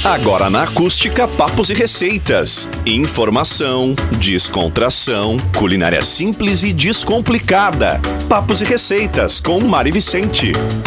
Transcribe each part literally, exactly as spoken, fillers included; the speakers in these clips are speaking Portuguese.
Agora na Acústica, papos e receitas. Informação, descontração, culinária simples e descomplicada. Papos e receitas com Mari Vicente.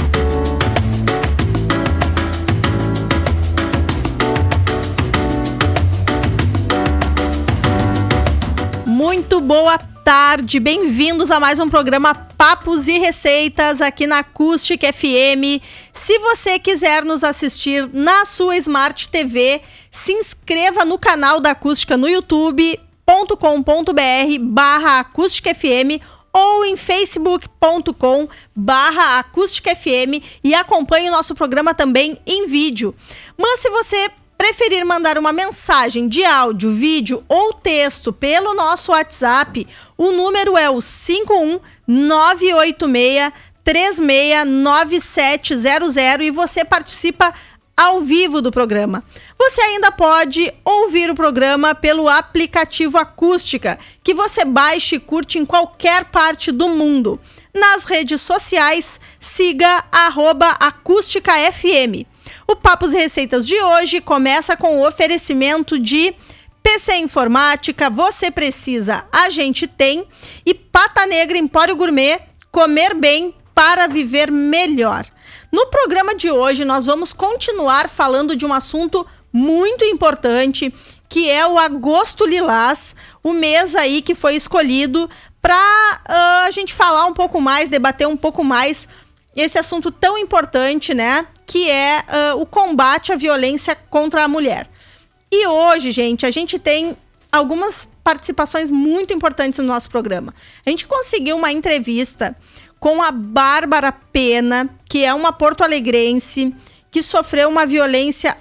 Muito boa tarde, bem-vindos a mais um programa Papos e Receitas aqui na Acústica F M. Se você quiser nos assistir na sua Smart T V, se inscreva no canal da Acústica no youtube ponto com ponto br barra Acústica F M ou em facebook ponto com barra Acústica F M e acompanhe o nosso programa também em vídeo. Mas se você preferir mandar uma mensagem de áudio, vídeo ou texto pelo nosso WhatsApp, o número é o cinco um nove oito seis, três seis nove sete zero zero e você participa ao vivo do programa. Você ainda pode ouvir o programa pelo aplicativo Acústica, que você baixa e curte em qualquer parte do mundo. Nas redes sociais, siga arroba Acústica F M. O Papos e Receitas de hoje começa com o oferecimento de P C Informática, você precisa, a gente tem, e Pata Negra Empório Gourmet, comer bem para viver melhor. No programa de hoje nós vamos continuar falando de um assunto muito importante, que é o Agosto Lilás, o mês aí que foi escolhido para uh, a gente falar um pouco mais, debater um pouco mais esse assunto tão importante, né? Que é uh, o combate à violência contra a mulher. E hoje, gente, a gente tem algumas participações muito importantes no nosso programa. A gente conseguiu uma entrevista com a Bárbara Pena, que é uma porto-alegrense que sofreu uma violência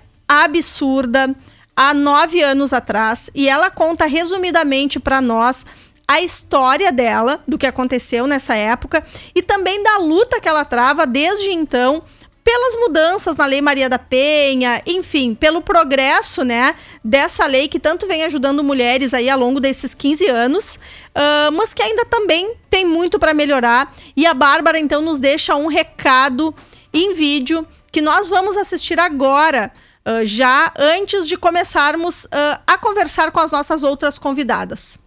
absurda há nove anos atrás. E ela conta resumidamente para nós a história dela, do que aconteceu nessa época, e também da luta que ela trava desde então, pelas mudanças na Lei Maria da Penha, enfim, pelo progresso, né, dessa lei que tanto vem ajudando mulheres aí ao longo desses quinze anos, uh, mas que ainda também tem muito para melhorar. E a Bárbara, então, nos deixa um recado em vídeo que nós vamos assistir agora, uh, já antes de começarmos uh, a conversar com as nossas outras convidadas.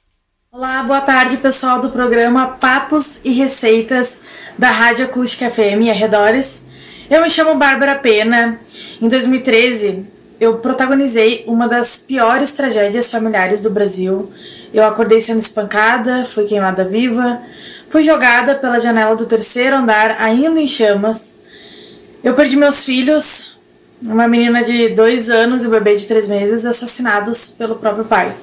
Olá, boa tarde, pessoal do programa Papos e Receitas da Rádio Acústica F M e arredores. Eu me chamo Bárbara Pena. Em dois mil e treze, eu protagonizei uma das piores tragédias familiares do Brasil. Eu acordei sendo espancada, fui queimada viva, fui jogada pela janela do terceiro andar, ainda em chamas. Eu perdi meus filhos, uma menina de dois anos e um bebê de três meses, assassinados pelo próprio pai.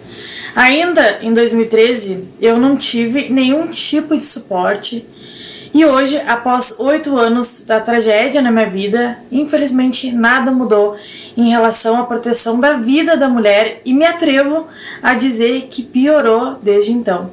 Ainda em dois mil e treze, eu não tive nenhum tipo de suporte. E hoje, após oito anos da tragédia na minha vida, infelizmente nada mudou em relação à proteção da vida da mulher e me atrevo a dizer que piorou desde então.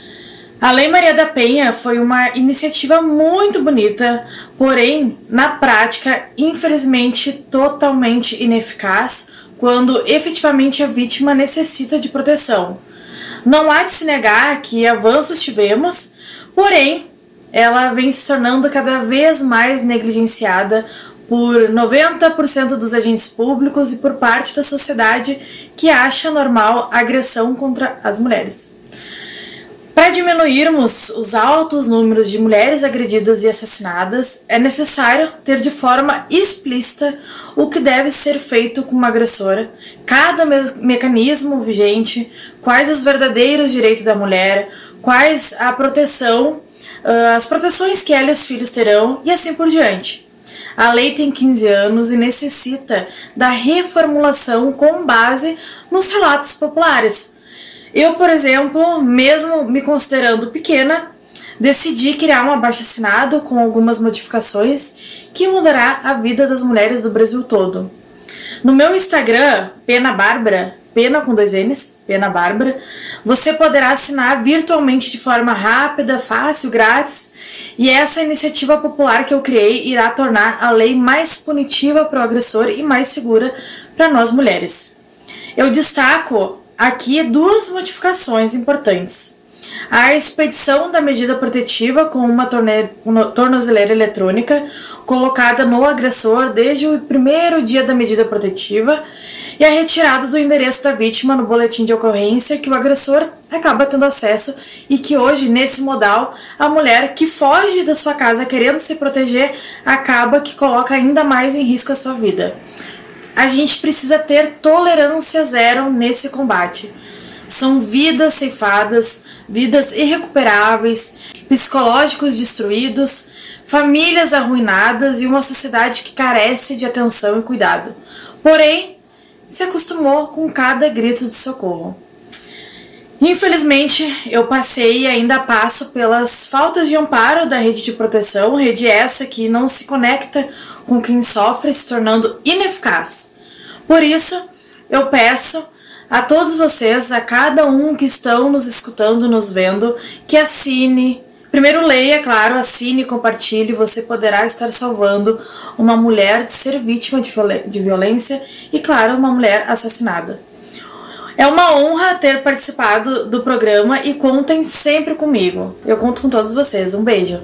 A Lei Maria da Penha foi uma iniciativa muito bonita, porém, na prática, infelizmente, totalmente ineficaz quando efetivamente a vítima necessita de proteção. Não há de se negar que avanços tivemos, porém, ela vem se tornando cada vez mais negligenciada por noventa por cento dos agentes públicos e por parte da sociedade que acha normal a agressão contra as mulheres. Para diminuirmos os altos números de mulheres agredidas e assassinadas, é necessário ter de forma explícita o que deve ser feito com uma agressora, cada me- mecanismo vigente, quais os verdadeiros direitos da mulher, quais a proteção, uh, as proteções que ela e os filhos terão e assim por diante. A lei tem quinze anos e necessita da reformulação com base nos relatos populares. Eu, por exemplo, mesmo me considerando pequena, decidi criar um abaixo-assinado com algumas modificações que mudará a vida das mulheres do Brasil todo. No meu Instagram, Pena Bárbara, Pena com dois N's, Pena Bárbara, você poderá assinar virtualmente de forma rápida, fácil, grátis, e essa iniciativa popular que eu criei irá tornar a lei mais punitiva para o agressor e mais segura para nós mulheres. Eu destaco aqui duas modificações importantes. A expedição da medida protetiva com uma, torne... uma tornozeleira eletrônica, colocada no agressor desde o primeiro dia da medida protetiva e a retirada do endereço da vítima no boletim de ocorrência que o agressor acaba tendo acesso e que hoje, nesse modal, a mulher que foge da sua casa querendo se proteger acaba que coloca ainda mais em risco a sua vida. A gente precisa ter tolerância zero nesse combate. São vidas ceifadas, vidas irrecuperáveis, psicológicos destruídos, famílias arruinadas e uma sociedade que carece de atenção e cuidado. Porém, se acostumou com cada grito de socorro. Infelizmente, eu passei e ainda passo pelas faltas de amparo da rede de proteção, rede essa que não se conecta com quem sofre, se tornando ineficaz. Por isso, eu peço a todos vocês, a cada um que estão nos escutando, nos vendo, que assine. Primeiro leia, claro, assine e compartilhe. Você poderá estar salvando uma mulher de ser vítima de, de violência e, claro, uma mulher assassinada. É uma honra ter participado do programa e contem sempre comigo. Eu conto com todos vocês. Um beijo.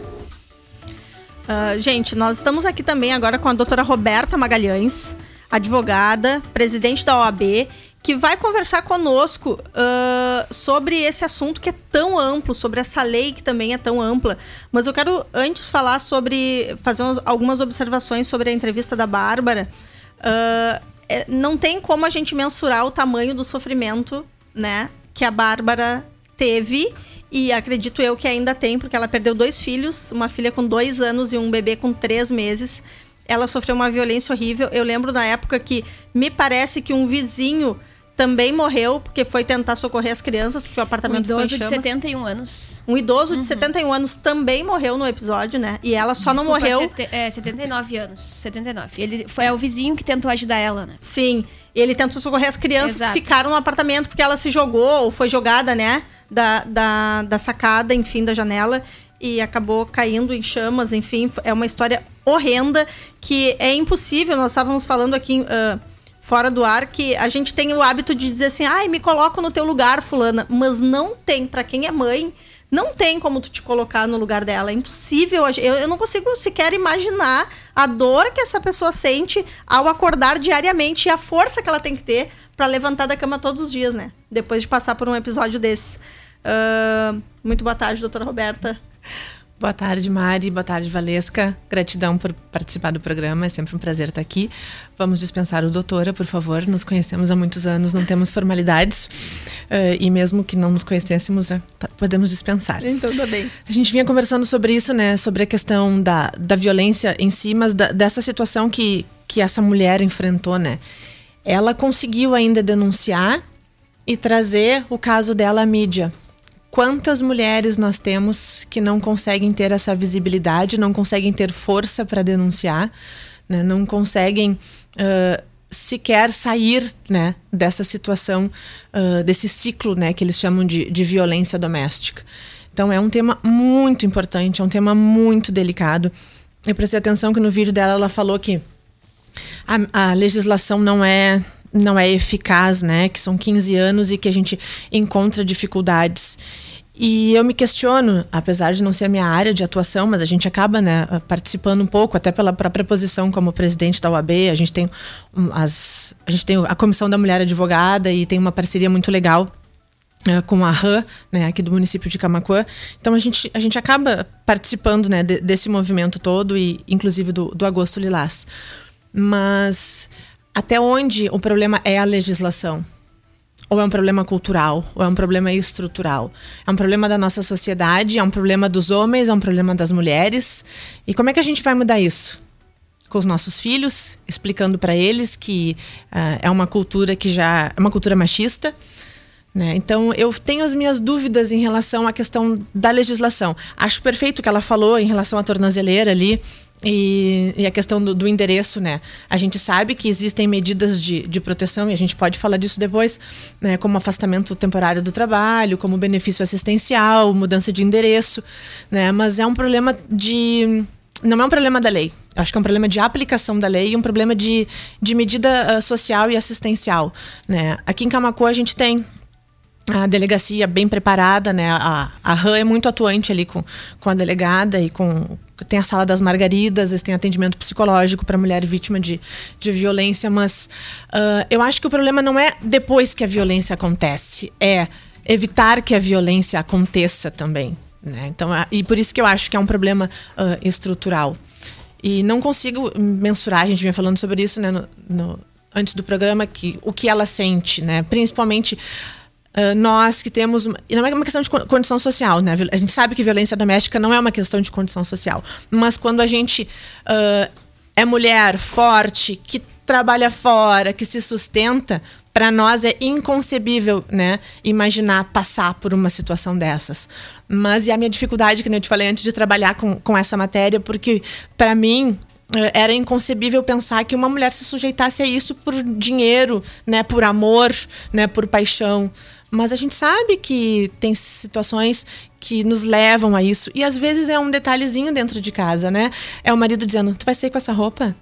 Uh, gente, nós estamos aqui também agora com a doutora Roberta Magalhães, advogada, presidente da O A B, que vai conversar conosco uh, sobre esse assunto que é tão amplo, sobre essa lei que também é tão ampla. Mas eu quero antes falar sobre, fazer umas, algumas observações sobre a entrevista da Bárbara. Uh, é, não tem como a gente mensurar o tamanho do sofrimento, né, que a Bárbara teve, e acredito eu que ainda tem, porque ela perdeu dois filhos, uma filha com dois anos e um bebê com três meses. Ela sofreu uma violência horrível. Eu lembro na época que me parece que um vizinho também morreu, porque foi tentar socorrer as crianças, porque o apartamento ficou em chamas. Um idoso de setenta e um anos. Um idoso uhum. de setenta e um anos também morreu no episódio, né? E ela só Desculpa, não morreu... Sete, é, setenta e nove anos. setenta e nove. Ele foi é o vizinho que tentou ajudar ela, né? Sim. Ele tentou socorrer as crianças Exato. que ficaram no apartamento, porque ela se jogou, ou foi jogada, né? Da, da, da sacada, enfim, da janela. E acabou caindo em chamas, enfim. É uma história horrenda, que é impossível. Nós estávamos falando aqui... Uh, fora do ar, que a gente tem o hábito de dizer assim, ai, me coloco no teu lugar, fulana. Mas não tem, pra quem é mãe, não tem como tu te colocar no lugar dela. É impossível. Eu, eu não consigo sequer imaginar a dor que essa pessoa sente ao acordar diariamente e a força que ela tem que ter pra levantar da cama todos os dias, né? Depois de passar por um episódio desses. Uh, muito boa tarde, doutora Roberta. Boa tarde, Mari. Boa tarde, Valesca. Gratidão por participar do programa. É sempre um prazer estar aqui. Vamos dispensar o doutora, por favor. Nos conhecemos há muitos anos, não temos formalidades. Uh, e mesmo que não nos conhecêssemos, uh, tá, podemos dispensar. Então tá bem. A gente vinha conversando sobre isso, né? Sobre a questão da, da violência em si, mas da, dessa situação que, que essa mulher enfrentou, né? Ela conseguiu ainda denunciar e trazer o caso dela à mídia. Quantas mulheres nós temos que não conseguem ter essa visibilidade, não conseguem ter força para denunciar, né? Não conseguem uh, sequer sair, né, dessa situação, uh, desse ciclo, né, que eles chamam de, de violência doméstica. Então é um tema muito importante, é um tema muito delicado. Eu prestei atenção que no vídeo dela ela falou que a, a legislação não é... não é eficaz, né? Que são quinze anos e que a gente encontra dificuldades. E eu me questiono, apesar de não ser a minha área de atuação, mas a gente acaba, né, participando um pouco, até pela própria posição como presidente da O A B. A gente tem, um, as, a, gente tem a Comissão da Mulher Advogada e tem uma parceria muito legal uh, com a R A, né, aqui do município de Camaquã. Então a gente, a gente acaba participando, né, de, desse movimento todo e inclusive do, do Agosto Lilás. Mas... até onde o problema é a legislação? Ou é um problema cultural? Ou é um problema estrutural? É um problema da nossa sociedade? É um problema dos homens? É um problema das mulheres? E como é que a gente vai mudar isso? Com os nossos filhos, explicando para eles que uh, é uma cultura que já é uma cultura machista, né? Então eu tenho as minhas dúvidas em relação à questão da legislação. Acho perfeito o que ela falou em relação à tornozeleira ali. E, e a questão do, do endereço, né? A gente sabe que existem medidas de, de proteção, e a gente pode falar disso depois, né? Como afastamento temporário do trabalho, como benefício assistencial, mudança de endereço, né? Mas é um problema de... não é um problema da lei. Eu acho que é um problema de aplicação da lei e um problema de, de medida uh, social e assistencial, né? Aqui em Camaquã a gente tem a delegacia bem preparada, né? A, a R A é muito atuante ali com, com a delegada e com, tem a Sala das Margaridas, eles têm atendimento psicológico para mulher vítima de, de violência, mas uh, eu acho que o problema não é depois que a violência acontece, é evitar que a violência aconteça também, né? Então, e por isso que eu acho que é um problema uh, estrutural. E não consigo mensurar, a gente vinha falando sobre isso, né, no, no, antes do programa, que, o que ela sente, né? Principalmente uh, nós que temos... E não é uma questão de condição social, né? A gente sabe que violência doméstica não é uma questão de condição social. Mas quando a gente uh, é mulher forte, que trabalha fora, que se sustenta, para nós é inconcebível, né, imaginar passar por uma situação dessas. Mas e a minha dificuldade, que eu te falei antes, de trabalhar com, com essa matéria, porque para mim era inconcebível pensar que uma mulher se sujeitasse a isso por dinheiro, né, por amor, né, por paixão. Mas a gente sabe que tem situações que nos levam a isso. E às vezes é um detalhezinho dentro de casa, né? É o marido dizendo, tu vai sair com essa roupa?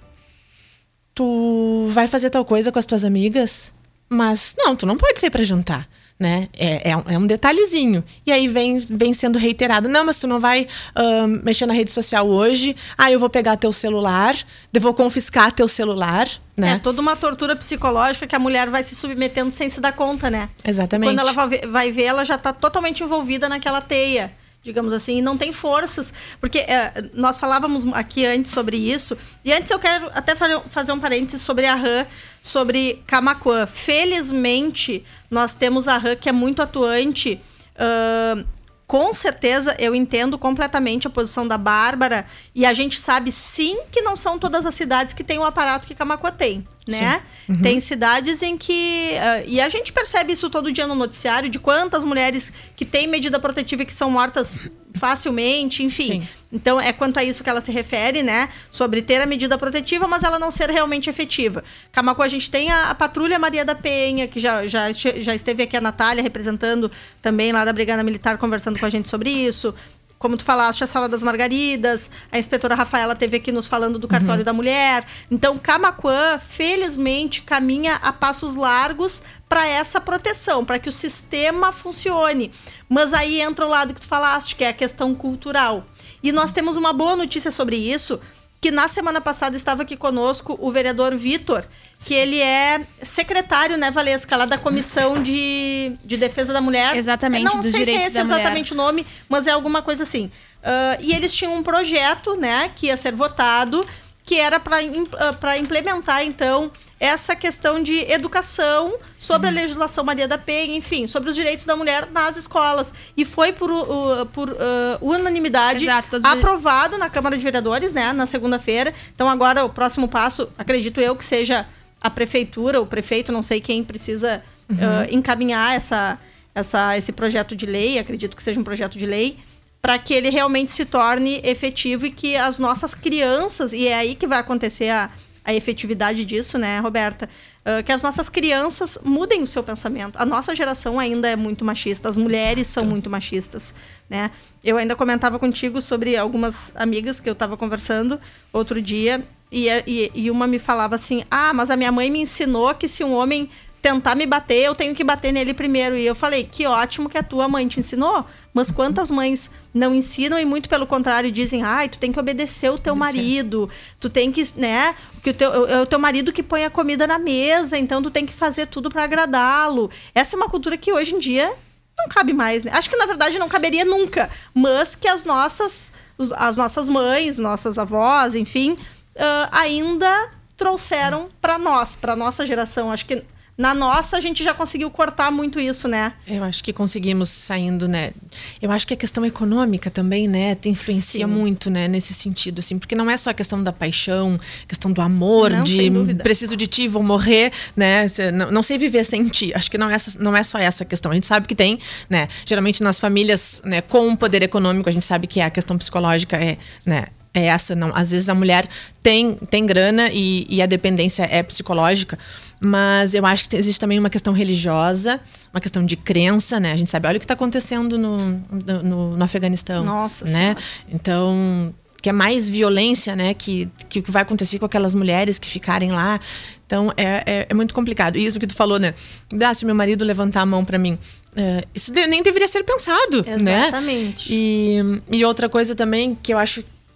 Tu vai fazer tal coisa com as tuas amigas? Mas, não, tu não pode sair pra jantar, né? É, é, é um detalhezinho. E aí vem, vem sendo reiterado. Não, mas tu não vai uh, mexer na rede social hoje. Ah, eu vou pegar teu celular. Eu vou confiscar teu celular, né? É toda uma tortura psicológica que a mulher vai se submetendo sem se dar conta, né? Exatamente. E quando ela vai ver, vai ver, ela já tá totalmente envolvida naquela teia, digamos assim, e não tem forças. Porque é, nós falávamos aqui antes sobre isso. E antes eu quero até fazer um parênteses sobre a Rã, sobre Camaquã. Felizmente, nós temos a Rã, que é muito atuante. Uh, com certeza, eu entendo completamente a posição da Bárbara. E a gente sabe, sim, que não são todas as cidades que têm o aparato que Camaquã tem, né? Uhum. Tem cidades em que... Uh, e a gente percebe isso todo dia no noticiário, de quantas mulheres que têm medida protetiva e que são mortas facilmente, enfim. Sim. Então, é quanto a isso que ela se refere, né? Sobre ter a medida protetiva, mas ela não ser realmente efetiva. Camaquã, a gente tem a, a Patrulha Maria da Penha, que já, já, já esteve aqui, a Natália, representando também lá da Brigada Militar, conversando com a gente sobre isso. Como tu falaste, a Sala das Margaridas, a inspetora Rafaela esteve aqui nos falando do cartório uhum. da mulher. Então, Camaquã, felizmente, caminha a passos largos para essa proteção, para que o sistema funcione. Mas aí entra o lado que tu falaste, que é a questão cultural. E nós temos uma boa notícia sobre isso, que na semana passada estava aqui conosco o vereador Vitor, que ele é secretário, né, Valesca, lá da Comissão de, de Defesa da Mulher. Exatamente, Não dos sei direitos se é esse da mulher. exatamente o nome, mas é alguma coisa assim. Uh, e eles tinham um projeto, né, que ia ser votado, que era para uh, para implementar, então, essa questão de educação sobre uhum. a legislação Maria da Penha, enfim, sobre os direitos da mulher nas escolas. E foi por, uh, por uh, unanimidade Exato, aprovado na Câmara de Vereadores, né, na segunda-feira. Então, agora, o próximo passo, acredito eu, que seja a prefeitura, o prefeito, não sei quem precisa uhum. uh, encaminhar essa, essa, esse projeto de lei, acredito que seja um projeto de lei, para que ele realmente se torne efetivo e que as nossas crianças, e é aí que vai acontecer a a efetividade disso, né, Roberta? Uh, que as nossas crianças mudem o seu pensamento. A nossa geração ainda é muito machista, as mulheres Exato. São muito machistas, né? Eu ainda comentava contigo sobre algumas amigas que eu estava conversando outro dia, e, e, e uma me falava assim, ah, mas a minha mãe me ensinou que se um homem tentar me bater, eu tenho que bater nele primeiro. E eu falei, que ótimo que a tua mãe te ensinou, mas quantas mães não ensinam e muito pelo contrário dizem, ai, tu tem que obedecer o teu obedecer. marido, tu tem que, né, que o teu, é o teu marido que põe a comida na mesa, então tu tem que fazer tudo para agradá-lo. Essa é uma cultura que hoje em dia não cabe mais, né? Acho que na verdade não caberia nunca, mas que as nossas, as nossas mães, nossas avós, enfim, uh, ainda trouxeram para nós, para nossa geração. Acho que na nossa, a gente já conseguiu cortar muito isso, né? Eu acho que conseguimos saindo, né? Eu acho que a questão econômica também, né? Influencia Sim. muito, né? Nesse sentido, assim. Porque não é só a questão da paixão, questão do amor, não, de preciso de ti, vou morrer, né? Não, não sei viver sem ti. Acho que não é, não é só essa questão. A gente sabe que tem, né? Geralmente nas famílias, né? Com poder econômico, a gente sabe que a questão psicológica é, né? É essa, não. Às vezes a mulher tem, tem grana e, e a dependência é psicológica, mas eu acho que existe também uma questão religiosa, uma questão de crença, né? A gente sabe, olha o que está acontecendo no, no, no Afeganistão. Nossa né? Senhora. Então, que é mais violência, né? Que, que vai acontecer com aquelas mulheres que ficarem lá. Então, é, é, é muito complicado. E isso que tu falou, né? Ah, se meu marido levantar a mão para mim, é, isso de, nem deveria ser pensado, Exatamente. né? Exatamente. E, e outra coisa também que eu acho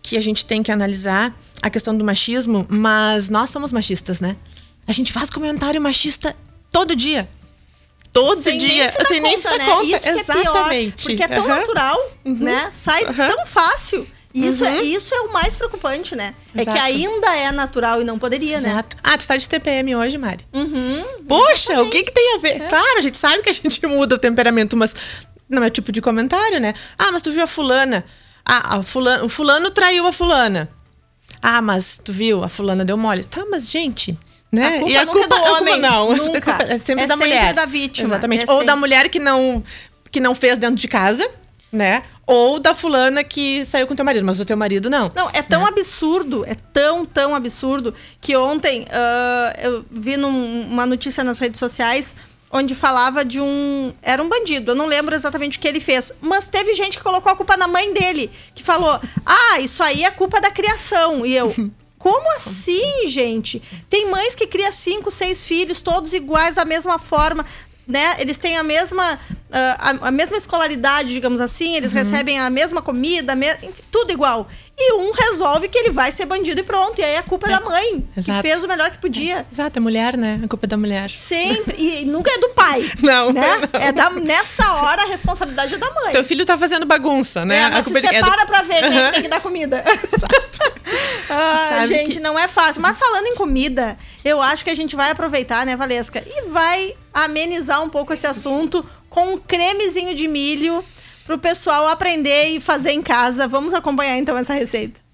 que a gente tem que analisar a questão do machismo, mas nós somos machistas, né? A gente faz comentário machista todo dia. Todo Sem dia. Nem se dá Sem nem conta, se dá né? conta. Isso que é pior, Exatamente. porque é tão Uhum. natural, Uhum. né? Sai Uhum. tão fácil. E isso, Uhum. é, isso é o mais preocupante, né? É Exato. que ainda é natural e não poderia, Exato. Ah, tu tá de T P M hoje, Mari? né? Uhum. Poxa, o que que tem a ver? Claro, a gente sabe que a gente muda o temperamento, mas não é o tipo de comentário, né? Ah, mas tu viu a fulana? Ah, a fulana, o fulano traiu a fulana. Ah, mas tu viu? A fulana deu mole. Tá, mas gente... Né? A culpa e a nunca culpa é do homem, não. nunca. A culpa é sempre É da sempre mulher. da vítima. Exatamente. É Ou sempre. da mulher que não, que não fez dentro de casa, né? Ou da fulana que saiu com teu marido, mas o teu marido não. Não, é tão absurdo, é tão, tão absurdo, que ontem uh, eu vi num, uma notícia nas redes sociais onde falava de um... Era um bandido, eu não lembro exatamente o que ele fez, mas teve gente que colocou a culpa na mãe dele, que falou, ah, isso aí é culpa da criação. E eu... Como assim, gente? Tem mães que criam cinco, seis filhos, todos iguais, da mesma forma, né? Eles têm a mesma, uh, a, a mesma escolaridade, digamos assim, eles uhum. recebem a mesma comida, a me... enfim, tudo igual. E um resolve que ele vai ser bandido e pronto. E aí a culpa é, é da mãe, Exato. que fez o melhor que podia. É. Exato, é mulher, né? A culpa é da mulher. Sempre. E nunca é do pai. Não, né? não. É da, nessa hora a responsabilidade é da mãe. Teu filho tá fazendo bagunça, né? É, mas a culpa se é separa do... pra ver quem é que tem que dar comida. Exato. ah, Sabe gente, que... não é fácil. Mas falando em comida, eu acho que a gente vai aproveitar, né, Valesca? E vai amenizar um pouco esse assunto com um cremezinho de milho pro pessoal aprender e fazer em casa. Vamos acompanhar então essa receita.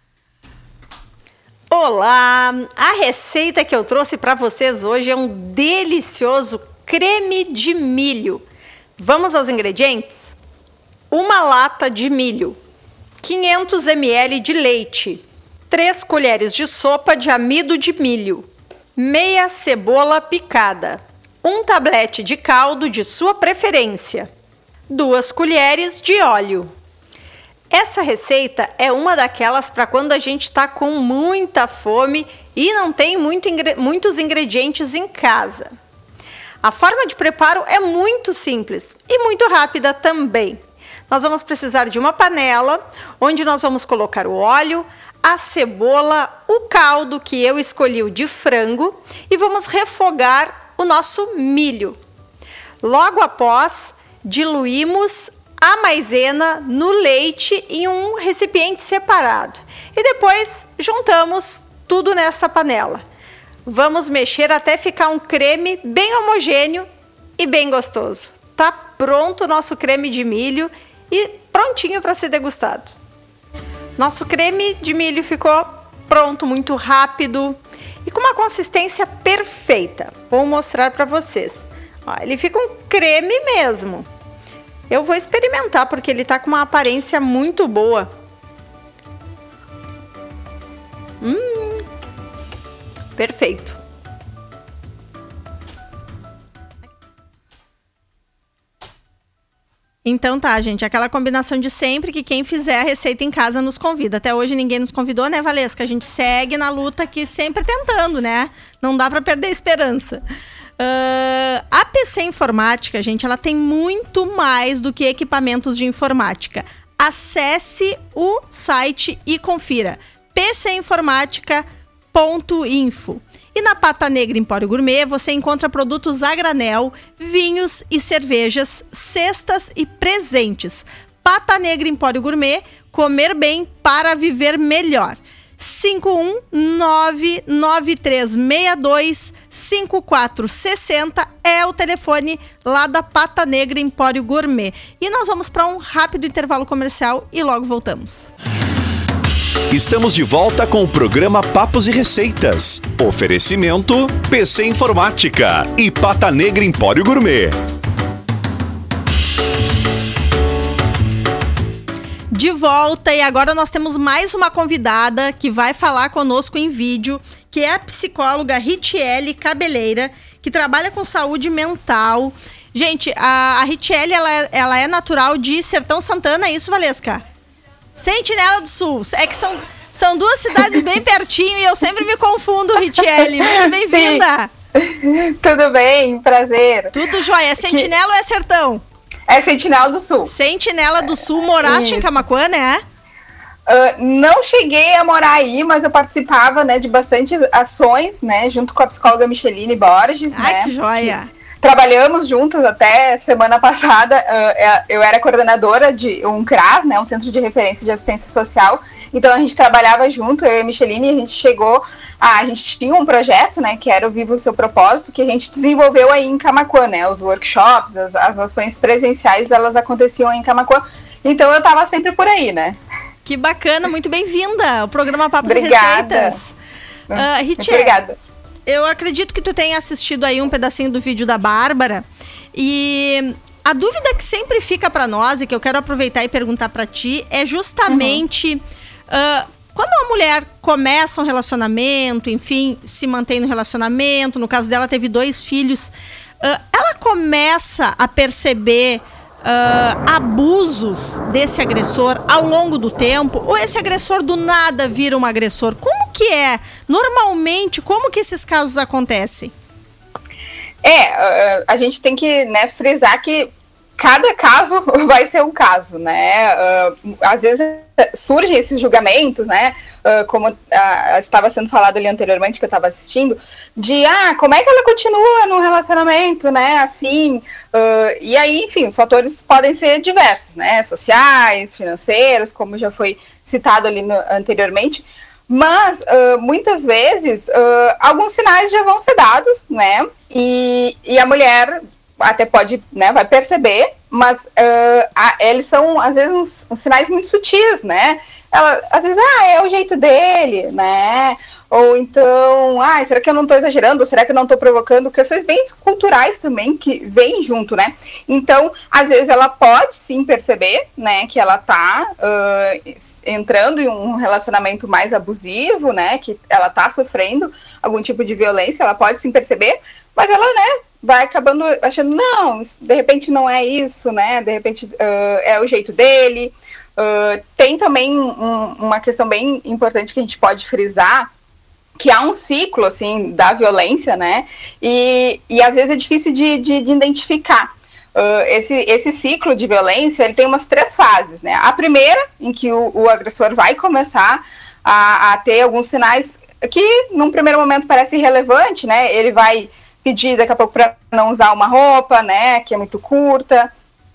Olá! A receita que eu trouxe para vocês hoje é um delicioso creme de milho. Vamos aos ingredientes? Uma lata de milho, quinhentos mililitros de leite, três colheres de sopa de amido de milho, meia cebola picada, um tablete de caldo de sua preferência, duas colheres de óleo. Essa receita é uma daquelas para quando a gente está com muita fome e não tem muito ingre- muitos ingredientes em casa. A forma de preparo é muito simples e muito rápida também. Nós vamos precisar de uma panela, onde nós vamos colocar o óleo, a cebola, o caldo que eu escolhi o de frango e vamos refogar o nosso milho. Logo após, diluímos a maisena no leite em um recipiente separado. E depois juntamos tudo nessa panela. Vamos mexer até ficar um creme bem homogêneo e bem gostoso. Tá pronto o nosso creme de milho e prontinho para ser degustado. Nosso creme de milho ficou pronto, muito rápido e com uma consistência perfeita. Vou mostrar para vocês. Ó, ele fica um creme mesmo. Eu vou experimentar, porque ele tá com uma aparência muito boa. Hum, perfeito. Então tá, gente, aquela combinação de sempre que quem fizer a receita em casa nos convida. Até hoje ninguém nos convidou, né, Valesca? A gente segue na luta aqui sempre tentando, né? Não dá pra perder a esperança. Uh, a P C Informática, gente, ela tem muito mais do que equipamentos de informática. Acesse o site e confira p c informática ponto info. E na Pata Negra Empório Gourmet você encontra produtos a granel, vinhos e cervejas, cestas e presentes. Pata Negra Empório Gourmet, comer bem para viver melhor. cinco um nove nove três seis dois cinco quatro seis zero é o telefone lá da Pata Negra Empório Gourmet. E nós vamos para um rápido intervalo comercial e logo voltamos. Estamos de volta com o programa Papos e Receitas. Oferecimento P C Informática e Pata Negra Empório Gourmet. De volta, e agora nós temos mais uma convidada que vai falar conosco em vídeo, que é a psicóloga Ritiele Cabeleira, que trabalha com saúde mental. Gente, a, a Ritiele, ela, ela é natural de Sertão Santana, é isso, Valesca? Sentinela do Sul. É que são, são duas cidades bem pertinho e eu sempre me confundo, Ritiele. Muito bem-vinda. Tudo bem, prazer. Tudo jóia. É Sentinela que... ou é Sertão? É Sentinela do Sul. Sentinela do Sul. Moraste Isso. em Camaquã, né? Uh, não cheguei a morar aí, mas eu participava, né, de bastantes ações, né, junto com a psicóloga Micheline Borges. Ai, né, que joia! Que trabalhamos juntas até semana passada. Uh, eu era coordenadora de um C R A S, né, um Centro de Referência de Assistência Social. Então a gente trabalhava junto, eu e a Micheline, e a gente chegou, a, a gente tinha um projeto, né, que era o Viva o Seu Propósito, que a gente desenvolveu aí em Camaquã, né, os workshops, as, as ações presenciais, elas aconteciam em Camaquã. Então eu estava sempre por aí, né. Que bacana, muito bem-vinda ao programa Papos Obrigada. e Receitas. Uh, Muito obrigada. Eu acredito que tu tenha assistido aí um pedacinho do vídeo da Bárbara e a dúvida que sempre fica para nós e que eu quero aproveitar e perguntar para ti é justamente uhum. uh, quando uma mulher começa um relacionamento, enfim, se mantém no relacionamento, no caso dela teve dois filhos, uh, ela começa a perceber uh, abusos desse agressor ao longo do tempo ou esse agressor do nada vira um agressor? Como que é? Normalmente, como que esses casos acontecem? É, a gente tem que, né, frisar que cada caso vai ser um caso, né? Uh, às vezes surgem esses julgamentos, né? Uh, como uh, estava sendo falado ali anteriormente, que eu estava assistindo, de, ah, como é que ela continua no relacionamento, né? Assim, uh, e aí, enfim, os fatores podem ser diversos, né? Sociais, financeiros, como já foi citado ali no, anteriormente. Mas, uh, muitas vezes, uh, alguns sinais já vão ser dados, né? E, e a mulher até pode, né, vai perceber, mas uh, a, eles são, às vezes, uns, uns sinais muito sutis, né? Ela, às vezes, ah, é o jeito dele, né? Ou então, ah, será que eu não estou exagerando? Ou será que eu não estou provocando? Questões bem culturais também que vêm junto, né? Então, às vezes ela pode sim perceber, né, que ela está uh, entrando em um relacionamento mais abusivo, né, que ela está sofrendo algum tipo de violência, ela pode sim perceber, mas ela, né, vai acabando achando, não, de repente não é isso, né, de repente uh, é o jeito dele. Uh, tem também um, uma questão bem importante que a gente pode frisar, que há um ciclo, assim, da violência, né, e, e às vezes é difícil de, de, de identificar. Uh, esse, esse ciclo de violência, ele tem umas três fases, né, a primeira, em que o, o agressor vai começar a, a ter alguns sinais que, num primeiro momento, parece irrelevante, né, ele vai pedir daqui a pouco para não usar uma roupa, né, que é muito curta,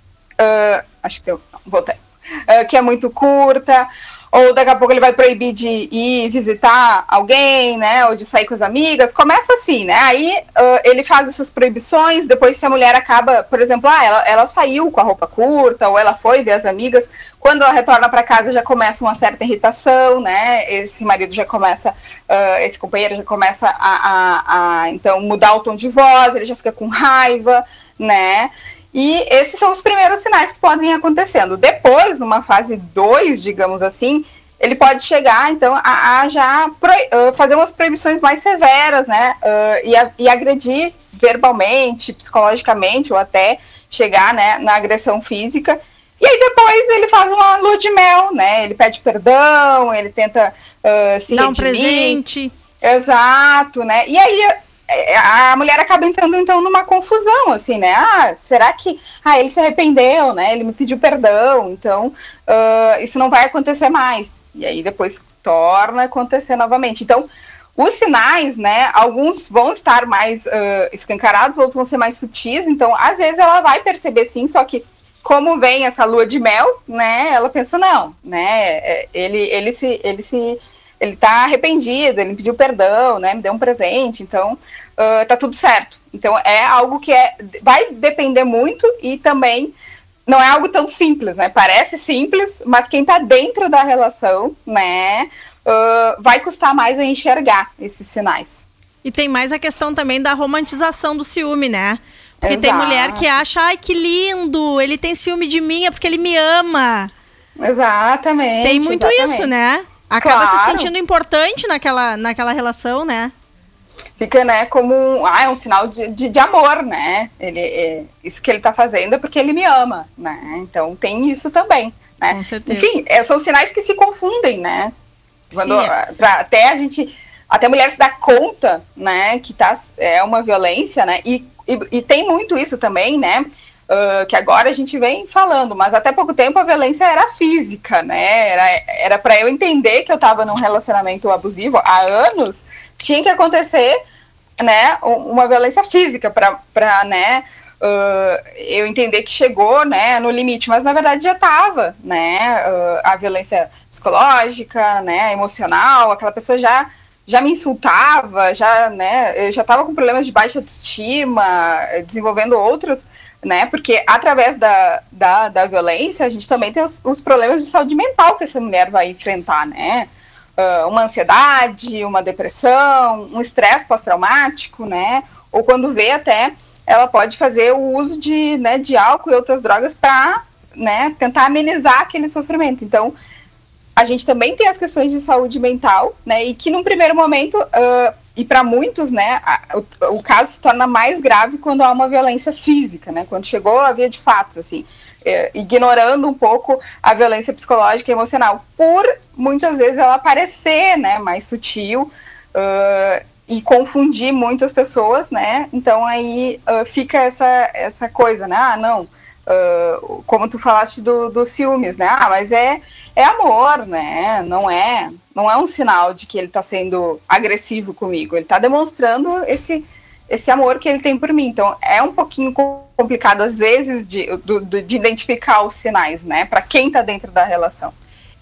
uh, acho que eu, não, voltei, uh, que é muito curta, ou daqui a pouco ele vai proibir de ir visitar alguém, né, ou de sair com as amigas, começa assim, né, aí uh, ele faz essas proibições, depois se a mulher acaba, por exemplo, ah, ela, ela saiu com a roupa curta, ou ela foi ver as amigas, quando ela retorna para casa já começa uma certa irritação, né, esse marido já começa, uh, esse companheiro já começa a, a, a, então, mudar o tom de voz, ele já fica com raiva, né, e esses são os primeiros sinais que podem ir acontecendo. Depois, numa fase dois, digamos assim, ele pode chegar, então, a, a já pro, uh, fazer umas proibições mais severas, né, uh, e, a, e agredir verbalmente, psicologicamente, ou até chegar, né, na agressão física. E aí depois ele faz uma lua de mel, né, ele pede perdão, ele tenta uh, se Dá um redimir. presente. Exato, né, e aí a mulher acaba entrando, então, numa confusão, assim, né, ah, será que, ah, ele se arrependeu, né, ele me pediu perdão, então, uh, isso não vai acontecer mais, e aí depois torna a acontecer novamente. Então, os sinais, né, alguns vão estar mais uh, escancarados, outros vão ser mais sutis, então, às vezes ela vai perceber, sim, só que, como vem essa lua de mel, né, ela pensa, não, né, ele, ele se, ele se, ele tá arrependido, ele me pediu perdão, né, me deu um presente, então, uh, tá tudo certo. Então, é algo que é, vai depender muito e também não é algo tão simples, né, parece simples, mas quem tá dentro da relação, né, uh, vai custar mais a enxergar esses sinais. E tem mais a questão também da romantização do ciúme, né? Porque Exato. Tem mulher que acha, ai, que lindo, ele tem ciúme de mim, é porque ele me ama. Exatamente. Tem muito exatamente. isso, né? Acaba Claro. se sentindo importante naquela, naquela relação, né? Fica, né, como um, ah, é um sinal de, de, de amor, né? Ele, é, isso que ele tá fazendo é porque ele me ama, né? Então tem isso também, né? Com certeza. Enfim, é, são sinais que se confundem, né? Quando, Sim, é. pra, até a gente, até a mulher se dá conta, né, que tá, é uma violência, né? E, e, e tem muito isso também, né? uh, que agora a gente vem falando, mas até pouco tempo a violência era física, né? Era, era para eu entender que eu estava num relacionamento abusivo há anos, tinha que acontecer, né, uma violência física para, né, uh, eu entender que chegou, né, no limite, mas na verdade já estava, né, uh, a violência psicológica, né, emocional, aquela pessoa já já me insultava, já, né, eu já estava com problemas de baixa autoestima, desenvolvendo outros, né, porque através da, da, da violência a gente também tem os, os problemas de saúde mental que essa mulher vai enfrentar, né, uh, uma ansiedade, uma depressão, um estresse pós-traumático, né, ou quando vê até, ela pode fazer o uso de, né, de álcool e outras drogas para, né, tentar amenizar aquele sofrimento. Então, a gente também tem as questões de saúde mental, né, e que num primeiro momento, uh, e para muitos, né, a, o, o caso se torna mais grave quando há uma violência física, né, quando chegou a via de fatos, assim, eh, ignorando um pouco a violência psicológica e emocional, por muitas vezes ela parecer, né, mais sutil, uh, e confundir muitas pessoas, né, então aí uh, fica essa, essa coisa, né, ah, não, uh, como tu falaste do, do ciúmes, né, ah, mas é É amor, né? Não é, não é um sinal de que ele está sendo agressivo comigo. Ele está demonstrando esse, esse amor que ele tem por mim. Então, é um pouquinho complicado, às vezes, de, do, de identificar os sinais, né? Para quem está dentro da relação.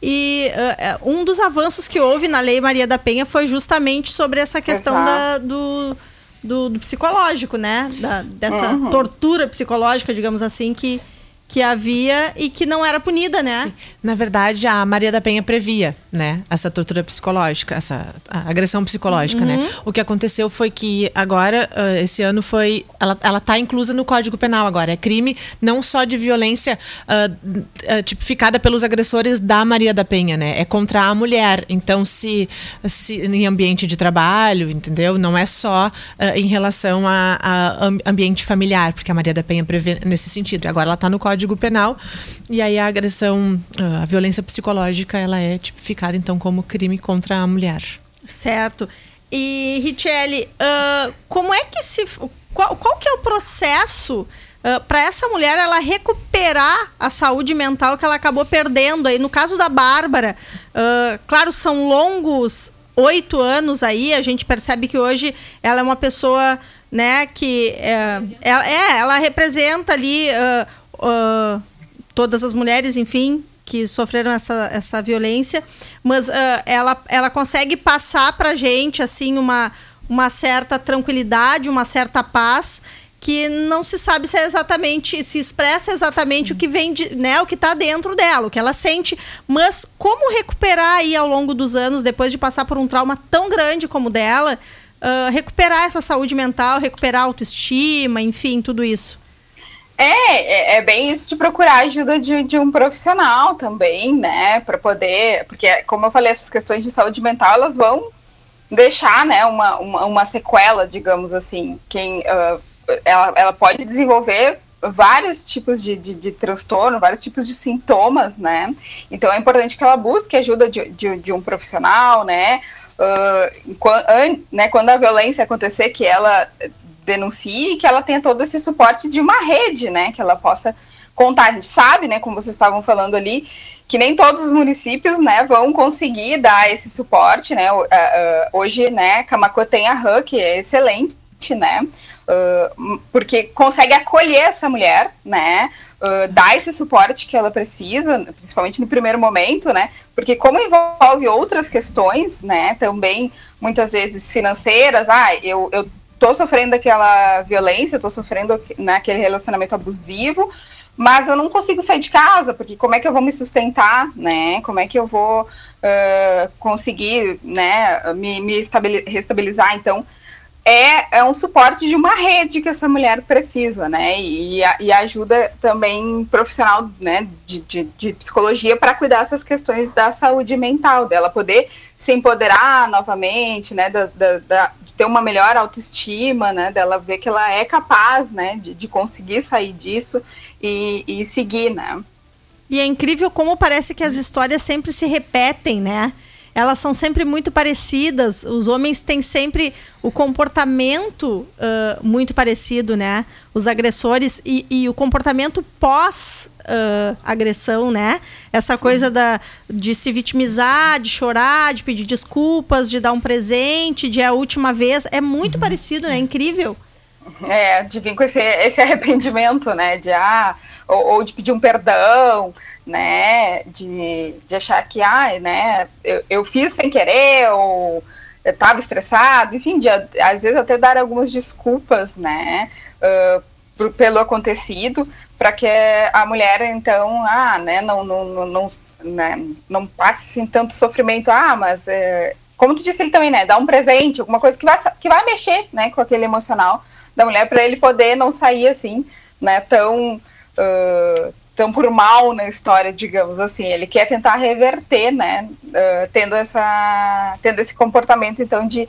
E uh, um dos avanços que houve na Lei Maria da Penha foi justamente sobre essa questão da, do, do, do psicológico, né? Da, dessa uhum. tortura psicológica, digamos assim, que... que havia e que não era punida, né? Sim. Na verdade, a Maria da Penha previa, né, essa tortura psicológica, essa agressão psicológica, uhum. né? O que aconteceu foi que agora, uh, esse ano foi... Ela, ela tá inclusa no Código Penal agora. É crime não só de violência uh, uh, tipificada pelos agressores da Maria da Penha, né? É contra a mulher. Então, se, se em ambiente de trabalho, entendeu? Não é só uh, em relação a, a ambiente familiar, porque a Maria da Penha prevê nesse sentido. E agora ela tá no Código Penal, e aí a agressão, a violência psicológica, ela é tipificada então como crime contra a mulher. Certo. E Richelle, uh, como é que se... Qual, qual que é o processo uh, para essa mulher ela recuperar a saúde mental que ela acabou perdendo aí? No caso da Bárbara, uh, claro, são longos oito anos aí, a gente percebe que hoje ela é uma pessoa, né, que... É, ela, é, ela representa ali... Uh, Uh, todas as mulheres, enfim, que sofreram essa, essa violência, mas uh, ela, ela consegue passar pra gente, assim, uma, uma certa tranquilidade, uma certa paz, que não se sabe se é exatamente, se expressa exatamente Sim. o que vem, de, né, o que tá dentro dela, o que ela sente, mas como recuperar aí ao longo dos anos, depois de passar por um trauma tão grande como o dela, uh, recuperar essa saúde mental, recuperar a autoestima, enfim, tudo isso. É, é bem isso de procurar ajuda de, de um profissional também, né, para poder, porque como eu falei, essas questões de saúde mental, elas vão deixar, né, uma, uma, uma sequela, digamos assim, quem, uh, ela, ela pode desenvolver vários tipos de, de, de transtorno, vários tipos de sintomas, né, então é importante que ela busque ajuda de, de, de um profissional, né, uh, quando, né, quando a violência acontecer, que ela denuncie e que ela tenha todo esse suporte de uma rede, né, que ela possa contar. A gente sabe, né, como vocês estavam falando ali, que nem todos os municípios, né, vão conseguir dar esse suporte, né, uh, uh, hoje, né, Camaquã tem a R A, que é excelente, né, uh, porque consegue acolher essa mulher, né, uh, dar esse suporte que ela precisa, principalmente no primeiro momento, né, porque como envolve outras questões, né, também, muitas vezes financeiras, ah, eu, eu tô sofrendo aquela violência, tô sofrendo naquele relacionamento abusivo, mas eu não consigo sair de casa, porque como é que eu vou me sustentar, né, como é que eu vou uh, conseguir, né, me, me restabilizar, então é, é um suporte de uma rede que essa mulher precisa, né, e, e ajuda também profissional, né, de, de, de psicologia para cuidar dessas questões da saúde mental, dela poder se empoderar novamente, né, da, da, da, de ter uma melhor autoestima, né, dela ver que ela é capaz, né, de, de conseguir sair disso e, e seguir, né. E é incrível como parece que as histórias sempre se repetem, né. elas são sempre muito parecidas. Os homens têm sempre o comportamento uh, muito parecido, né? Os agressores e, e o comportamento pós uh, agressão, né? Essa coisa da, de se vitimizar, de chorar, de pedir desculpas, de dar um presente, de a última vez. É muito uhum. parecido, né? É incrível. É, de vir com esse, esse arrependimento, né? De, ah, ou, ou de pedir um perdão, né? De, de achar que, ah, né? Eu, eu fiz sem querer, ou eu estava estressado, enfim, de, às vezes até dar algumas desculpas, né? Uh, por, pelo acontecido, para que a mulher, então, ah, né? Não, não, não, não, né, não passe assim, tanto sofrimento, ah, mas... É, como tu disse ele também, né? Dar um presente, alguma coisa que vai, que vai mexer, né? Com aquele emocional da mulher, para ele poder não sair assim, né? Tão, uh, tão por mal na história, digamos assim. Ele quer tentar reverter, né? Uh, tendo, essa, tendo esse comportamento, então, de,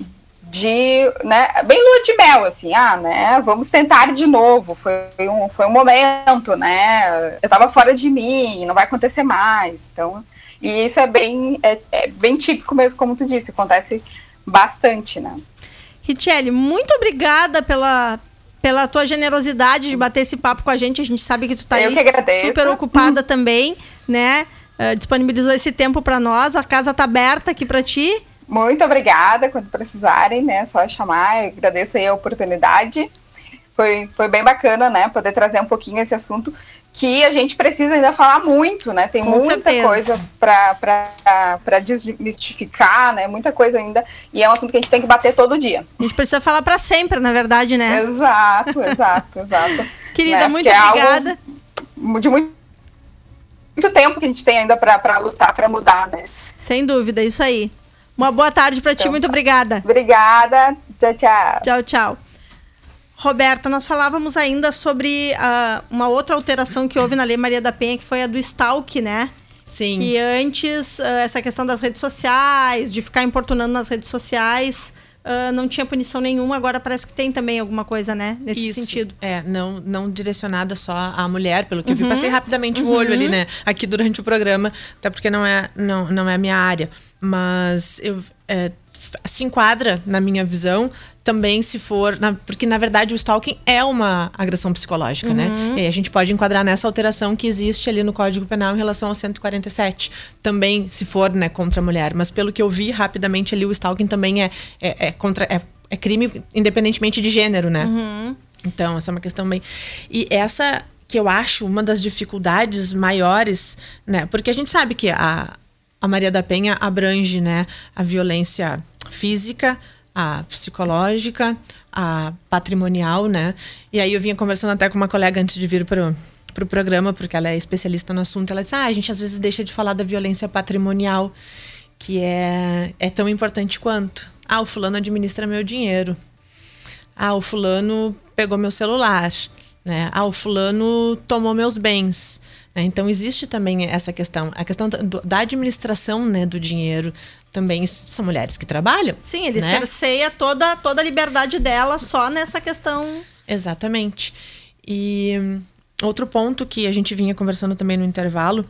de, né? Bem lua de mel, assim. Ah, né? Vamos tentar de novo. Foi um, foi um momento, né? Eu tava fora de mim, não vai acontecer mais. Então... E isso é bem, é, é bem típico mesmo, como tu disse, acontece bastante, né? Richelle, muito obrigada pela, pela tua generosidade de bater esse papo com a gente. A gente sabe que tu tá Eu aí que agradeço. super ocupada também, né? Uh, disponibilizou esse tempo para nós, a casa tá aberta aqui para ti. Muito obrigada, quando precisarem, né? Só chamar, eu agradeço aí a oportunidade. Foi, foi bem bacana, né? Poder trazer um pouquinho esse assunto que a gente precisa ainda falar muito, né? Tem Com muita certeza. coisa para desmistificar, né? Muita coisa ainda. E é um assunto que a gente tem que bater todo dia. A gente precisa falar para sempre, na verdade, né? Exato, exato, exato. Querida, né? muito é obrigada. De muito, muito tempo que a gente tem ainda para lutar, para mudar, né? Sem dúvida, isso aí. Uma boa tarde para ti, Então, muito obrigada. Obrigada, tchau, tchau. Tchau, tchau. Roberta, nós falávamos ainda sobre uh, uma outra alteração que houve na Lei Maria da Penha, que foi a do stalk, né? Sim. Que antes, uh, essa questão das redes sociais, de ficar importunando nas redes sociais, uh, não tinha punição nenhuma. Agora parece que tem também alguma coisa, né? Nesse Isso. sentido. É, não, não direcionada só à mulher, pelo que Uhum. eu vi. Passei rapidamente Uhum. o olho ali, né? Aqui durante o programa, até porque não é, não, não é a minha área. Mas eu... É, se enquadra, na minha visão, também se for... Na, porque, na verdade, o stalking é uma agressão psicológica, uhum. né? E aí a gente pode enquadrar nessa alteração que existe ali no Código Penal em relação ao cento e quarenta e sete. Também, se for, né, contra a mulher. Mas, pelo que eu vi, rapidamente ali, o stalking também é, é, é, contra, é, é crime independentemente de gênero, né? Uhum. Então, essa é uma questão bem... E essa... que eu acho uma das dificuldades maiores, né? Porque a gente sabe que a, a Maria da Penha abrange, né, a violência física, a psicológica, a patrimonial, né? E aí eu vinha conversando até com uma colega antes de vir pro, pro programa, porque ela é especialista no assunto. Ela disse, ah, a gente às vezes deixa de falar da violência patrimonial, que é, é tão importante quanto. Ah, o fulano administra meu dinheiro. Ah, o fulano pegou meu celular. Né? Ah, o fulano tomou meus bens. Né? Então, existe também essa questão. A questão do, da administração, né, do dinheiro. Também são mulheres que trabalham. Sim, ele né? cerceia toda, toda a liberdade dela só nessa questão. Exatamente. E um, outro ponto que a gente vinha conversando também no intervalo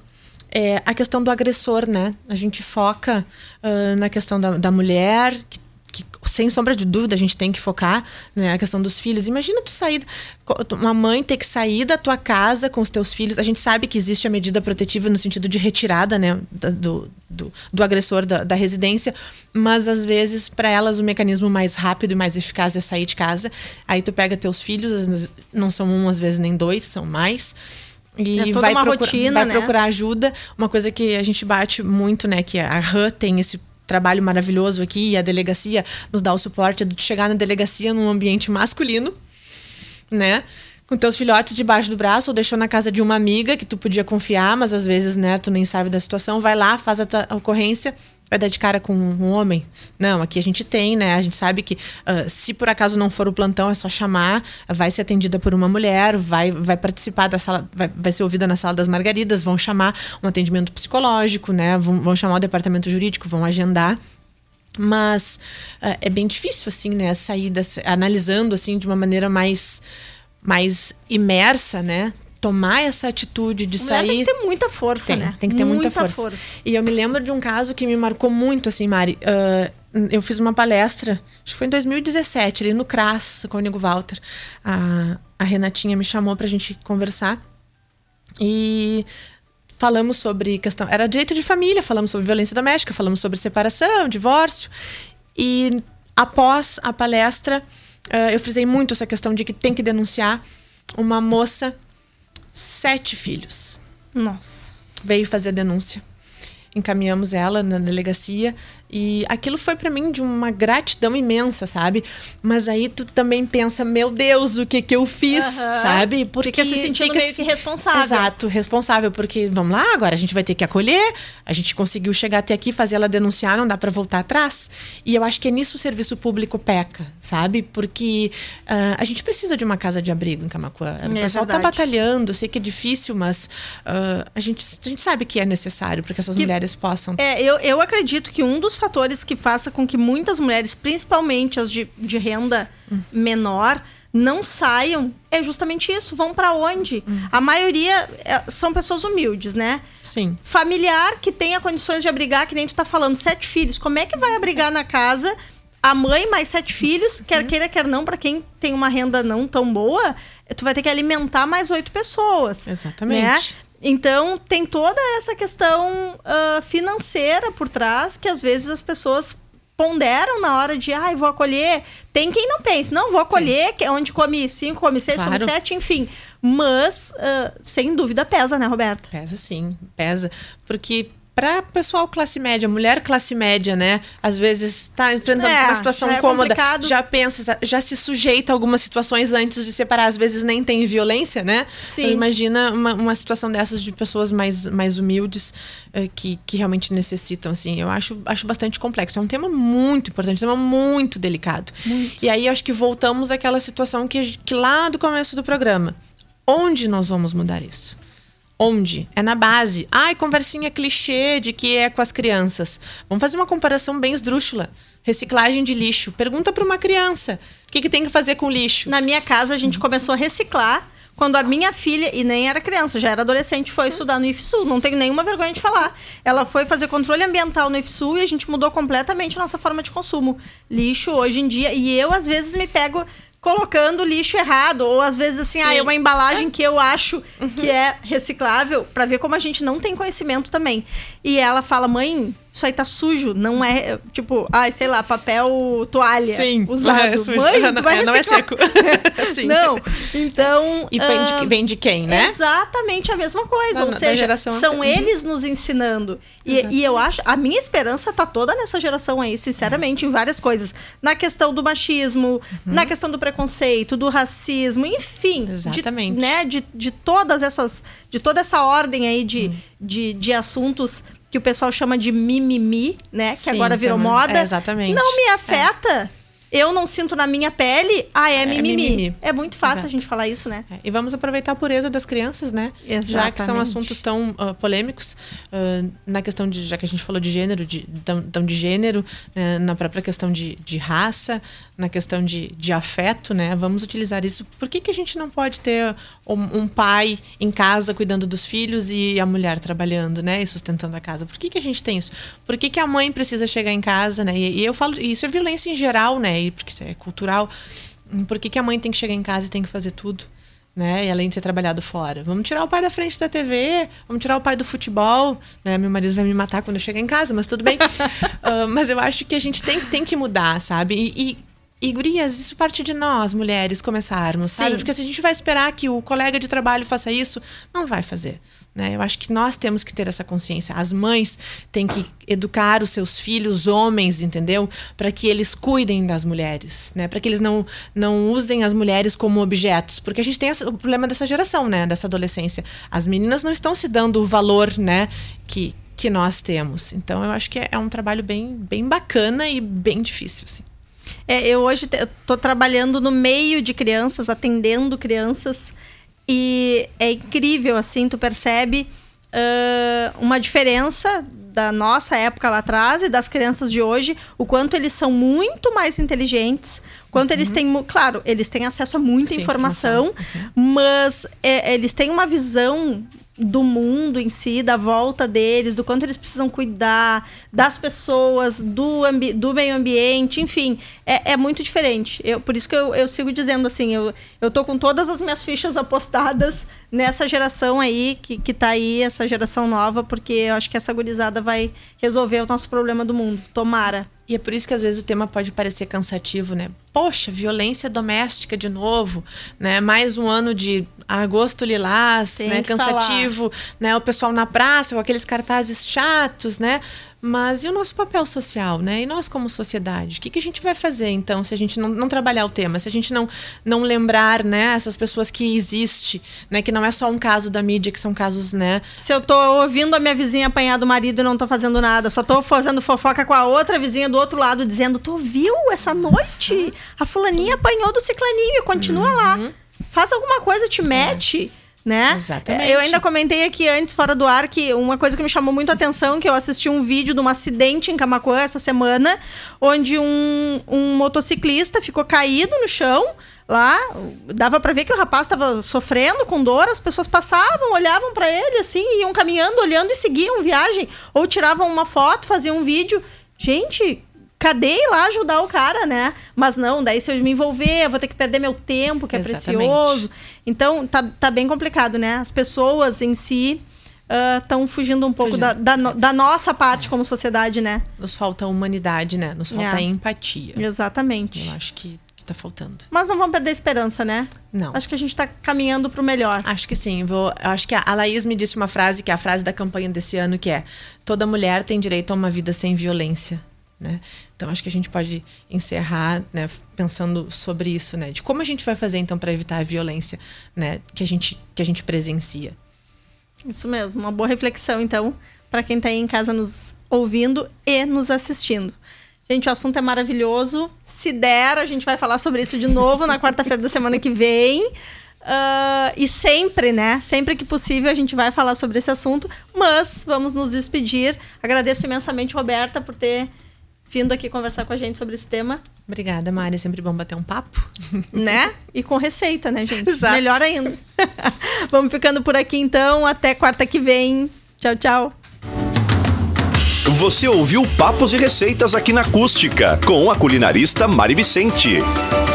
é a questão do agressor, né? A gente foca uh, na questão da, da mulher, que que sem sombra de dúvida a gente tem que focar, né, a questão dos filhos. Imagina tu sair, uma mãe ter que sair da tua casa com os teus filhos. A gente sabe que existe a medida protetiva no sentido de retirada, né, do, do, do agressor da, da residência, mas às vezes para elas o mecanismo mais rápido e mais eficaz é sair de casa. Aí tu pega teus filhos, não são um às vezes nem dois, são mais. E é toda vai, uma procura, rotina, vai né? procurar ajuda. Uma coisa que a gente bate muito, né, que a R A tem esse trabalho maravilhoso aqui, e a delegacia nos dá o suporte de chegar na delegacia num ambiente masculino, né? Com teus filhotes debaixo do braço, ou deixou na casa de uma amiga que tu podia confiar, mas às vezes, né, tu nem sabe da situação, vai lá, faz a tua ocorrência, vai dar de cara com um homem. Não, aqui a gente tem, né? A gente sabe que uh, se por acaso não for o plantão, é só chamar, vai ser atendida por uma mulher, vai, vai participar da sala, vai, vai ser ouvida na Sala das Margaridas, vão chamar um atendimento psicológico, né? Vão, vão chamar o departamento jurídico, vão agendar. Mas uh, é bem difícil, assim, né? Sair das, analisando, assim, de uma maneira mais, mais imersa, né? tomar essa atitude de A mulher sair... tem que ter muita força, tem, né? Tem que ter muita, muita força. força. E eu me lembro de um caso que me marcou muito, assim, Mari. Uh, eu fiz uma palestra, acho que foi em dois mil e dezessete, ali no C R A S, com o Nigo Walter. A, a Renatinha me chamou pra gente conversar. E falamos sobre questão... Era direito de família, falamos sobre violência doméstica, falamos sobre separação, divórcio. E após a palestra, uh, eu frisei muito essa questão de que tem que denunciar uma moça, sete filhos. Nossa. Veio fazer a denúncia. Encaminhamos ela na delegacia e aquilo foi pra mim de uma gratidão imensa, sabe? Mas aí tu também pensa, meu Deus, o que que eu fiz, uhum. sabe? Porque fica se sentindo fica meio que responsável. Exato, responsável, porque vamos lá, agora a gente vai ter que acolher, a gente conseguiu chegar até aqui, fazer ela denunciar, não dá pra voltar atrás. E eu acho que é nisso o serviço público peca, sabe? Porque uh, a gente precisa de uma casa de abrigo em Camaquã. O é pessoal verdade. tá batalhando, eu sei que é difícil, mas uh, a, gente, a gente sabe que é necessário para que essas que, mulheres possam... É, eu, eu acredito que um dos fatores que faça com que muitas mulheres, principalmente as de, de renda hum. menor, não saiam, é justamente isso. Vão pra onde? Hum. A maioria é, são pessoas humildes, né? Sim. Familiar que tenha condições de abrigar, que nem tu tá falando, sete filhos. Como é que vai abrigar na casa a mãe mais sete filhos, uhum. quer queira, quer não, pra quem tem uma renda não tão boa, tu vai ter que alimentar mais oito pessoas. Exatamente. Né? Então, tem toda essa questão uh, financeira por trás, que às vezes as pessoas ponderam na hora de, ah, vou acolher. Tem quem não pense, não, vou acolher, que é onde come cinco, come seis, claro. come sete, enfim. Mas, uh, sem dúvida, pesa, né, Roberta? Pesa sim, pesa. Porque... Para pessoal classe média, mulher classe média, né? Às vezes está enfrentando é, uma situação já é cômoda, complicado. já pensa, já se sujeita a algumas situações antes de separar. Às vezes nem tem violência, né? Sim. Imagina uma, uma situação dessas de pessoas mais, mais humildes uh, que, que realmente necessitam, assim. Eu acho, acho bastante complexo. É um tema muito importante, um tema muito delicado. Muito. E aí acho que voltamos àquela situação que, que lá do começo do programa. Onde nós vamos mudar isso? Onde? É na base. Ai, conversinha clichê de que é com as crianças. Vamos fazer uma comparação bem esdrúxula. Reciclagem de lixo. Pergunta para uma criança. O que, que tem que fazer com lixo? Na minha casa, a gente uhum. começou a reciclar quando a minha filha, e nem era criança, já era adolescente, foi uhum. estudar no I F S U. Não tenho nenhuma vergonha de falar. Ela foi fazer controle ambiental no I F S U e a gente mudou completamente a nossa forma de consumo. Lixo, hoje em dia... E eu, às vezes, me pego... colocando lixo errado, ou às vezes assim, ah, é uma embalagem é. que eu acho uhum. que é reciclável, pra ver como a gente não tem conhecimento também. E ela fala, mãe, isso aí tá sujo, não é, tipo, ai, sei lá, papel toalha Sim, usado. É sujo. Mãe, não, tu vai é, não é seco. Sim. Não, então... E vem de, vem de quem, né? Exatamente a mesma coisa, da, ou seja, são uhum. eles nos ensinando. E, e eu acho, a minha esperança tá toda nessa geração aí, sinceramente, uhum. em várias coisas. Na questão do machismo, uhum. na questão do preconceito, do racismo, enfim. Exatamente. De, né, de, de todas essas, de toda essa ordem aí de, uhum. de, de assuntos que o pessoal chama de mimimi, né? Que Sim, agora virou também. moda. É, exatamente. Não me afeta. É. Eu não sinto na minha pele, ah, é, é mimimi. mimimi. É muito fácil Exato. a gente falar isso, né? É. E vamos aproveitar a pureza das crianças, né? Exatamente. Já que são assuntos tão uh, polêmicos, uh, na questão de, já que a gente falou de gênero, de, tão, tão de gênero, né? Na própria questão de, de raça, na questão de, de afeto, né? Vamos utilizar isso. Por que, que a gente não pode ter um, um pai em casa cuidando dos filhos e a mulher trabalhando, né? E sustentando a casa? Por que, que a gente tem isso? Por que, que a mãe precisa chegar em casa, né? E, e eu falo, isso é violência em geral, né? Porque isso é cultural. Por que, que a mãe tem que chegar em casa e tem que fazer tudo? Né? E além de ter trabalhado fora. Vamos tirar o pai da frente da T V, vamos tirar o pai do futebol. Né? Meu marido vai me matar quando eu chegar em casa, mas tudo bem. uh, mas eu acho que a gente tem, tem que mudar, sabe? E, e, e gurias, isso parte de nós, mulheres, começarmos, Sim. sabe? Porque se a gente vai esperar que o colega de trabalho faça isso, não vai fazer. Né? Eu acho que nós temos que ter essa consciência. As mães têm que educar os seus filhos homens, entendeu? Para que eles cuidem das mulheres, né? Para que eles não, não usem as mulheres como objetos. Porque a gente tem essa, o problema dessa geração, né? Dessa adolescência. As meninas não estão se dando o valor, né? Que, que nós temos. Então, eu acho que é, é um trabalho bem, bem bacana e bem difícil, assim. É, eu hoje estou trabalhando no meio de crianças, atendendo crianças. E é incrível, assim, tu percebe uh, uma diferença da nossa época lá atrás e das crianças de hoje, o quanto eles são muito mais inteligentes, quanto uhum. eles têm... Claro, eles têm acesso a muita Sim, informação, informação. Uhum. mas é, eles têm uma visão do mundo em si, da volta deles, do quanto eles precisam cuidar das pessoas, do, ambi- do meio ambiente, enfim, é, é muito diferente. Eu, por isso que eu, eu sigo dizendo assim, eu, eu tô com todas as minhas fichas apostadas nessa geração aí, que, que tá aí, essa geração nova, porque eu acho que essa gurizada vai resolver o nosso problema do mundo. Tomara. E é por isso que às vezes o tema pode parecer cansativo, né? Poxa, violência doméstica de novo, né? Mais um ano de agosto lilás, Tem né? Cansativo, falar. né? O pessoal na praça com aqueles cartazes chatos, né? Mas e o nosso papel social, né? E nós como sociedade? O que, que a gente vai fazer, então, se a gente não, não trabalhar o tema? Se a gente não, não lembrar, né? Essas pessoas que existem, né? Que não é só um caso da mídia, que são casos, né? Se eu tô ouvindo a minha vizinha apanhar do marido e não tô fazendo nada, só tô fazendo fofoca com a outra vizinha do outro lado, dizendo, tu viu essa noite? A fulaninha apanhou do ciclaninho e continua uhum. lá. Faz alguma coisa, te mete... É. Né? Exatamente. Eu ainda comentei aqui antes, fora do ar, que uma coisa que me chamou muito a atenção, que eu assisti um vídeo de um acidente em Camaquã essa semana, onde um, um motociclista ficou caído no chão, lá, dava pra ver que o rapaz estava sofrendo com dor, as pessoas passavam, olhavam pra ele assim, iam caminhando, olhando e seguiam viagem, ou tiravam uma foto, faziam um vídeo. Gente... cadê ir lá ajudar o cara, né? Mas não, daí se eu me envolver, eu vou ter que perder meu tempo, que é Exatamente. precioso. Então, tá, tá bem complicado, né? As pessoas em si estão uh, fugindo um pouco da, da, da nossa parte é. como sociedade, né? Nos falta humanidade, né? Nos falta é. empatia. Exatamente. Eu acho que, que tá faltando. Mas não vamos perder a esperança, né? Não. Acho que a gente tá caminhando pro melhor. Acho que sim. Vou, eu acho que a, a Laís me disse uma frase, que é a frase da campanha desse ano, que é: toda mulher tem direito a uma vida sem violência. Né? Então acho que a gente pode encerrar, né, pensando sobre isso, né, de como a gente vai fazer então para evitar a violência, né, que a gente que a gente presencia. Isso mesmo, uma boa reflexão então para quem está aí em casa nos ouvindo e nos assistindo. Gente, o assunto é maravilhoso. Se der, a gente vai falar sobre isso de novo na quarta-feira da semana que vem. Uh, e sempre, né? Sempre que possível a gente vai falar sobre esse assunto. Mas vamos nos despedir. Agradeço imensamente, Roberta, por ter vindo aqui conversar com a gente sobre esse tema. Obrigada, Mari. É sempre bom bater um papo. Né? E com receita, né, gente? Exato. Melhor ainda. Vamos ficando por aqui, então. Até quarta que vem. Tchau, tchau. Você ouviu Papos e Receitas aqui na Acústica, com a culinarista Mari Vicente.